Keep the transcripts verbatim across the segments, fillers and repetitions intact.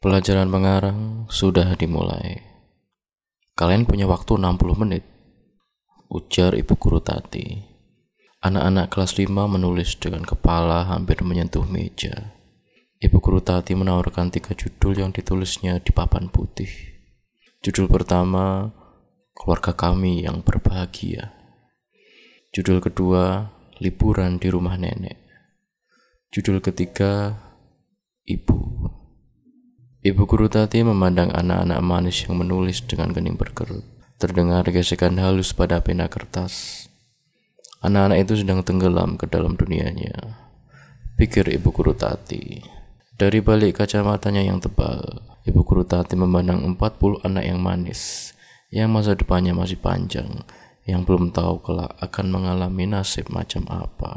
Pelajaran mengarang sudah dimulai. Kalian punya waktu enam puluh menit, ujar Ibu Guru Tati. Anak-anak kelas lima menulis dengan kepala hampir menyentuh meja. Ibu Guru Tati menawarkan tiga judul yang ditulisnya di papan putih. Judul pertama, Keluarga Kami yang Berbahagia. Judul kedua, Liburan di Rumah Nenek. Judul ketiga, Ibu. Ibu Guru Tati memandang anak-anak manis yang menulis dengan kening berkerut. Terdengar gesekan halus pada pena kertas. Anak-anak itu sedang tenggelam ke dalam dunianya, pikir Ibu Guru Tati. Dari balik kacamatanya yang tebal, Ibu Guru Tati memandang empat puluh anak yang manis, yang masa depannya masih panjang, yang belum tahu kelak akan mengalami nasib macam apa.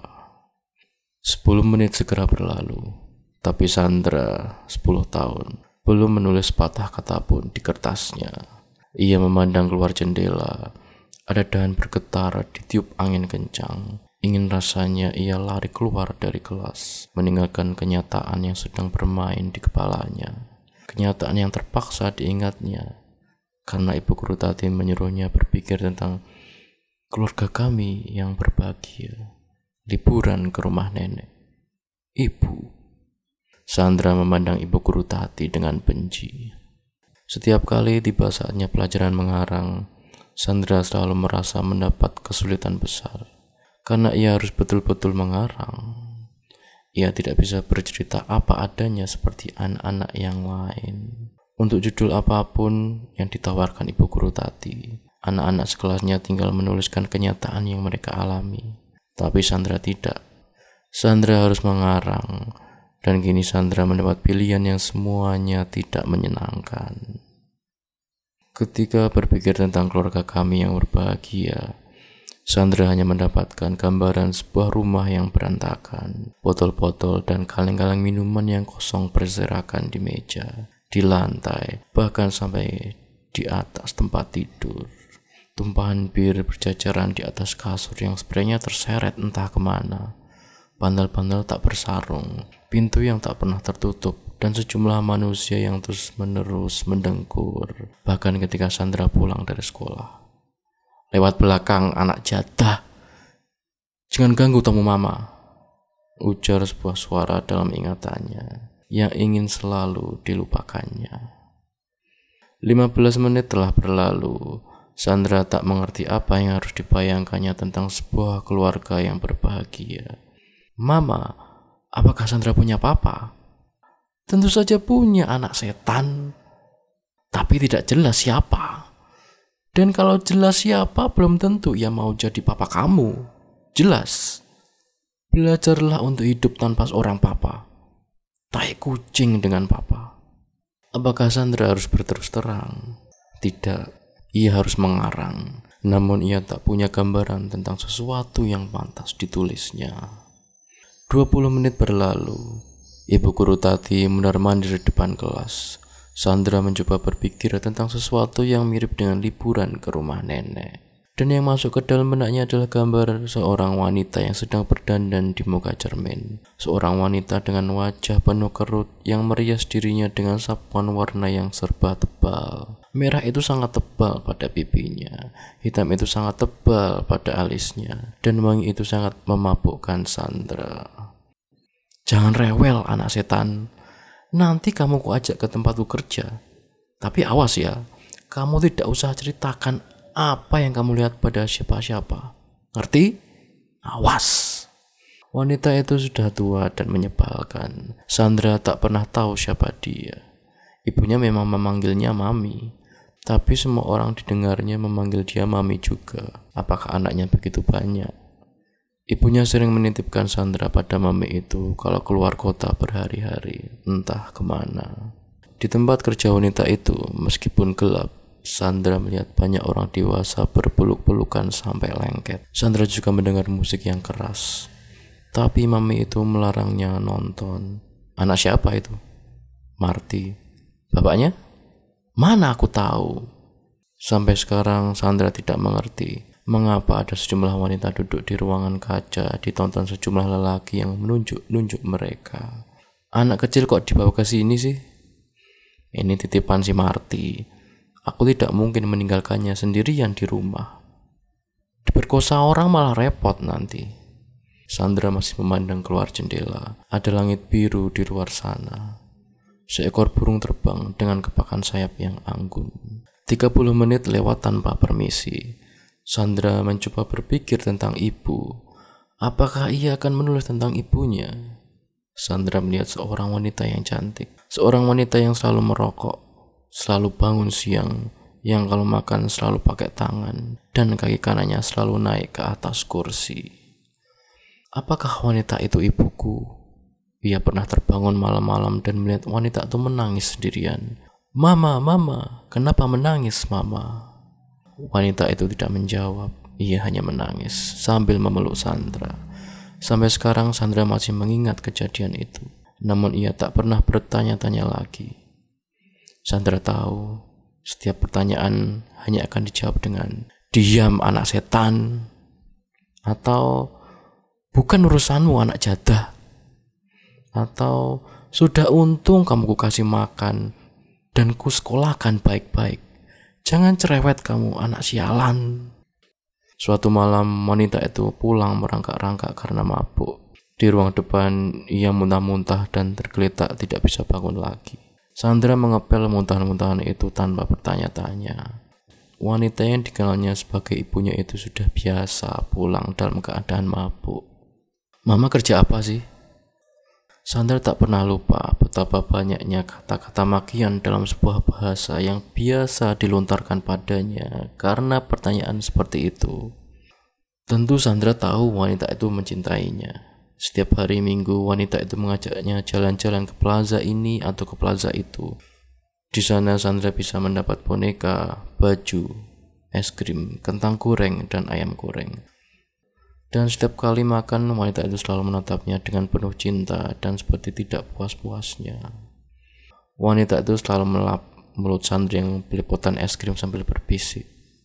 Sepuluh menit segera berlalu, tapi Sandra, sepuluh tahun, belum menulis patah kata pun di kertasnya. Ia memandang keluar jendela. Ada dahan bergetar ditiup angin kencang. Ingin rasanya ia lari keluar dari kelas, meninggalkan kenyataan yang sedang bermain di kepalanya. Kenyataan yang terpaksa diingatnya, karena Ibu Guru Tati menyuruhnya berpikir tentang keluarga kami yang berbahagia. Liburan ke rumah nenek. Ibu. Sandra memandang Ibu Guru Tati dengan benci. Setiap kali tiba saatnya pelajaran mengarang, Sandra selalu merasa mendapat kesulitan besar. Karena ia harus betul-betul mengarang. Ia tidak bisa bercerita apa adanya seperti anak-anak yang lain. Untuk judul apapun yang ditawarkan Ibu Guru Tati, anak-anak sekelasnya tinggal menuliskan kenyataan yang mereka alami. Tapi Sandra tidak. Sandra harus mengarang. Dan kini Sandra mendapat pilihan yang semuanya tidak menyenangkan. Ketika berpikir tentang keluarga kami yang berbahagia, Sandra hanya mendapatkan gambaran sebuah rumah yang berantakan, botol-botol dan kaleng-kaleng minuman yang kosong berserakan di meja, di lantai, bahkan sampai di atas tempat tidur. Tumpahan bir berjajaran di atas kasur yang spraynya terseret entah kemana. Bantal-bantal tak bersarung, pintu yang tak pernah tertutup, dan sejumlah manusia yang terus-menerus mendengkur. Bahkan ketika Sandra pulang dari sekolah. Lewat belakang, anak jadah. Jangan ganggu tamu mama, ujar sebuah suara dalam ingatannya yang ingin selalu dilupakannya. lima belas menit telah berlalu. Sandra tak mengerti apa yang harus dibayangkannya tentang sebuah keluarga yang berbahagia. Mama, apakah Sandra punya papa? Tentu saja punya, anak setan. Tapi tidak jelas siapa. Dan kalau jelas siapa, belum tentu ia mau jadi papa kamu. Jelas. Belajarlah untuk hidup tanpa seorang papa. Tai kucing dengan papa. Apakah Sandra harus berterus terang? Tidak, ia harus mengarang. Namun ia tak punya gambaran tentang sesuatu yang pantas ditulisnya. dua puluh menit berlalu. Ibu Guru Tati mondar-mandir di depan kelas. Sandra mencoba berpikir tentang sesuatu yang mirip dengan liburan ke rumah nenek. Dan yang masuk ke dalam benaknya adalah gambar seorang wanita yang sedang berdandan di muka cermin. Seorang wanita dengan wajah penuh kerut yang merias dirinya dengan sapuan warna yang serba tebal. Merah itu sangat tebal pada pipinya, hitam itu sangat tebal pada alisnya, dan wangi itu sangat memabukkan Sandra. Jangan rewel, anak setan. Nanti kamu ku ajak ke tempatku kerja. Tapi awas ya, kamu tidak usah ceritakan apa yang kamu lihat pada siapa-siapa. Ngerti? Awas. Wanita itu sudah tua dan menyebalkan. Sandra tak pernah tahu siapa dia. Ibunya memang memanggilnya Mami. Tapi semua orang didengarnya memanggil dia Mami juga. Apakah anaknya begitu banyak? Ibunya sering menitipkan Sandra pada Mami itu kalau keluar kota berhari-hari, entah kemana. Di tempat kerja wanita itu, meskipun gelap, Sandra melihat banyak orang dewasa berpeluk-pelukan sampai lengket. Sandra juga mendengar musik yang keras. Tapi Mami itu melarangnya nonton. Anak siapa itu? Marty. Bapaknya? Mana aku tahu. Sampai sekarang Sandra tidak mengerti mengapa ada sejumlah wanita duduk di ruangan kaca ditonton sejumlah lelaki yang menunjuk-nunjuk mereka. Anak kecil kok dibawa ke sini sih? Ini titipan si Marty. Aku tidak mungkin meninggalkannya sendirian di rumah. Diperkosa orang malah repot nanti. Sandra masih memandang keluar jendela. Ada langit biru di luar sana. Seekor burung terbang dengan kepakan sayap yang anggun. tiga puluh menit lewat tanpa permisi. Sandra mencoba berpikir tentang ibu. Apakah ia akan menulis tentang ibunya? Sandra melihat seorang wanita yang cantik. Seorang wanita yang selalu merokok, selalu bangun siang, yang kalau makan selalu pakai tangan, dan kaki kanannya selalu naik ke atas kursi. Apakah wanita itu ibuku? Ia pernah terbangun malam-malam dan melihat wanita itu menangis sendirian. Mama, mama, kenapa menangis, mama? Wanita itu tidak menjawab. Ia hanya menangis sambil memeluk Sandra. Sampai sekarang Sandra masih mengingat kejadian itu. Namun ia tak pernah bertanya-tanya lagi. Sandra tahu setiap pertanyaan hanya akan dijawab dengan diam anak setan, atau bukan urusanmu anak jadah, atau sudah untung kamu ku kasih makan dan ku sekolahkan baik-baik. Jangan cerewet kamu anak sialan. Suatu malam wanita itu pulang merangkak-rangkak karena mabuk. Di ruang depan ia muntah-muntah dan tergeletak tidak bisa bangun lagi. Sandra mengepel muntahan-muntahan itu tanpa bertanya-tanya. Wanita yang dikenalnya sebagai ibunya itu sudah biasa pulang dalam keadaan mabuk. Mama kerja apa sih? Sandra tak pernah lupa betapa banyaknya kata-kata makian dalam sebuah bahasa yang biasa dilontarkan padanya karena pertanyaan seperti itu. Tentu Sandra tahu wanita itu mencintainya. Setiap hari Minggu wanita itu mengajaknya jalan-jalan ke plaza ini atau ke plaza itu. Di sana Sandra bisa mendapat boneka, baju, es krim, kentang goreng, dan ayam goreng. Dan setiap kali makan, wanita itu selalu menatapnya dengan penuh cinta dan seperti tidak puas-puasnya. Wanita itu selalu melap mulut Sandra yang belepotan es krim sambil berbisik,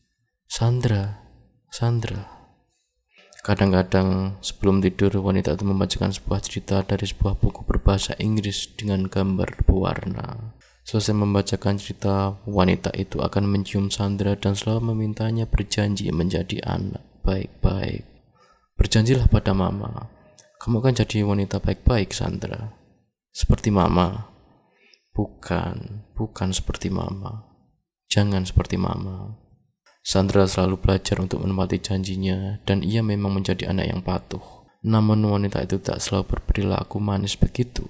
Sandra, Sandra. Kadang-kadang sebelum tidur, wanita itu membacakan sebuah cerita dari sebuah buku berbahasa Inggris dengan gambar berwarna. Selesai membacakan cerita, wanita itu akan mencium Sandra dan selalu memintanya berjanji menjadi anak baik-baik. Berjanjilah pada mama, kamu akan jadi wanita baik-baik, Sandra. Seperti mama. Bukan, bukan seperti mama. Jangan seperti mama. Sandra selalu belajar untuk menepati janjinya dan ia memang menjadi anak yang patuh. Namun wanita itu tak selalu berperilaku manis begitu.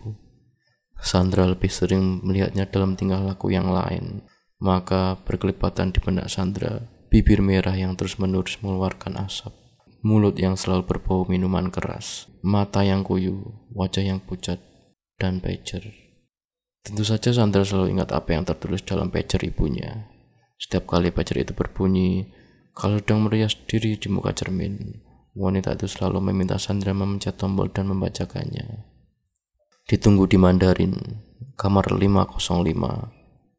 Sandra lebih sering melihatnya dalam tingkah laku yang lain. Maka berkelipatan di benak Sandra, bibir merah yang terus-menerus mengeluarkan asap. Mulut yang selalu berbau minuman keras, mata yang kuyu, wajah yang pucat, dan pager. Tentu saja Sandra selalu ingat apa yang tertulis dalam pager ibunya. Setiap kali pager itu berbunyi, kalau sedang merias diri di muka cermin, wanita itu selalu meminta Sandra memencet tombol dan membacakannya. Ditunggu di Mandarin, kamar lima nol lima,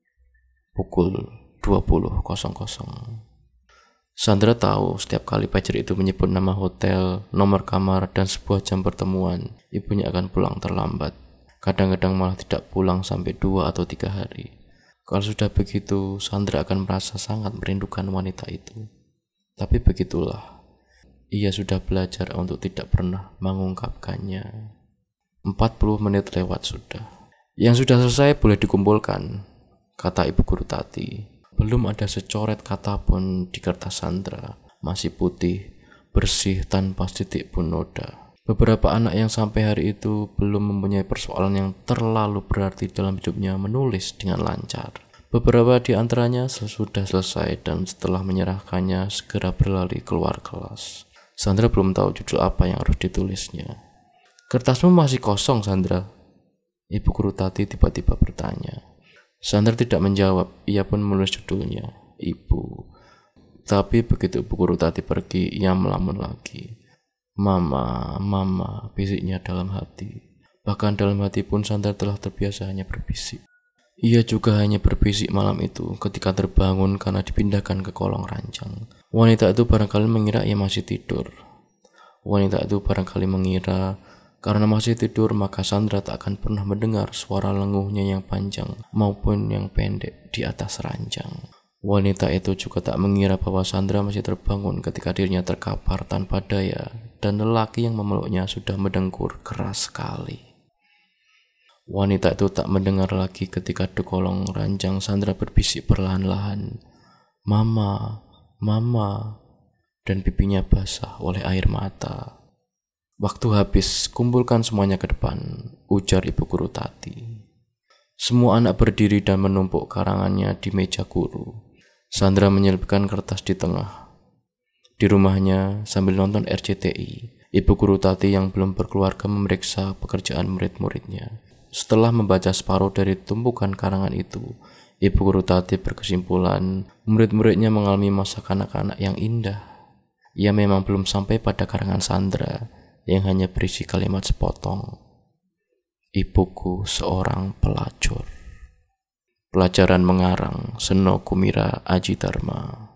pukul dua puluh. Sandra tahu setiap kali pager itu menyebut nama hotel, nomor kamar, dan sebuah jam pertemuan, ibunya akan pulang terlambat. Kadang-kadang malah tidak pulang sampai dua atau tiga hari. Kalau sudah begitu, Sandra akan merasa sangat merindukan wanita itu. Tapi begitulah, ia sudah belajar untuk tidak pernah mengungkapkannya. empat puluh menit lewat sudah. Yang sudah selesai boleh dikumpulkan, kata Ibu Guru Tati. Belum ada secoret kata pun di kertas Sandra, masih putih, bersih tanpa titik pun noda. Beberapa anak yang sampai hari itu belum mempunyai persoalan yang terlalu berarti dalam hidupnya menulis dengan lancar. Beberapa di antaranya sudah selesai dan setelah menyerahkannya segera berlari keluar kelas. Sandra belum tahu judul apa yang harus ditulisnya. Kertasmu masih kosong, Sandra? Ibu Guru Tati tiba-tiba bertanya. Sandra tidak menjawab, ia pun menulis judulnya, Ibu. Tapi begitu Ibu Guru Tati pergi, ia melamun lagi. Mama, mama, bisiknya dalam hati. Bahkan dalam hati pun Sandra telah terbiasa hanya berbisik. Ia juga hanya berbisik malam itu ketika terbangun karena dipindahkan ke kolong ranjang. Wanita itu barangkali mengira ia masih tidur. Wanita itu barangkali mengira Karena masih tidur, maka Sandra tak akan pernah mendengar suara lenguhnya yang panjang maupun yang pendek di atas ranjang. Wanita itu juga tak mengira bahwa Sandra masih terbangun ketika dirinya terkapar tanpa daya dan lelaki yang memeluknya sudah mendengkur keras sekali. Wanita itu tak mendengar lagi ketika di kolong ranjang Sandra berbisik perlahan-lahan, "Mama, Mama," dan pipinya basah oleh air mata. "Waktu habis, kumpulkan semuanya ke depan," ujar Ibu Guru Tati. Semua anak berdiri dan menumpuk karangannya di meja guru. Sandra menyelipkan kertas di tengah. Di rumahnya, sambil nonton R C T I, Ibu Guru Tati yang belum berkeluarga memeriksa pekerjaan murid-muridnya. Setelah membaca separuh dari tumpukan karangan itu, Ibu Guru Tati berkesimpulan murid-muridnya mengalami masa kanak-kanak yang indah. Ia memang belum sampai pada karangan Sandra yang hanya berisi kalimat sepotong, "Ibuku seorang pelacur." Pelajaran mengarang Seno Kumira Aji Dharma.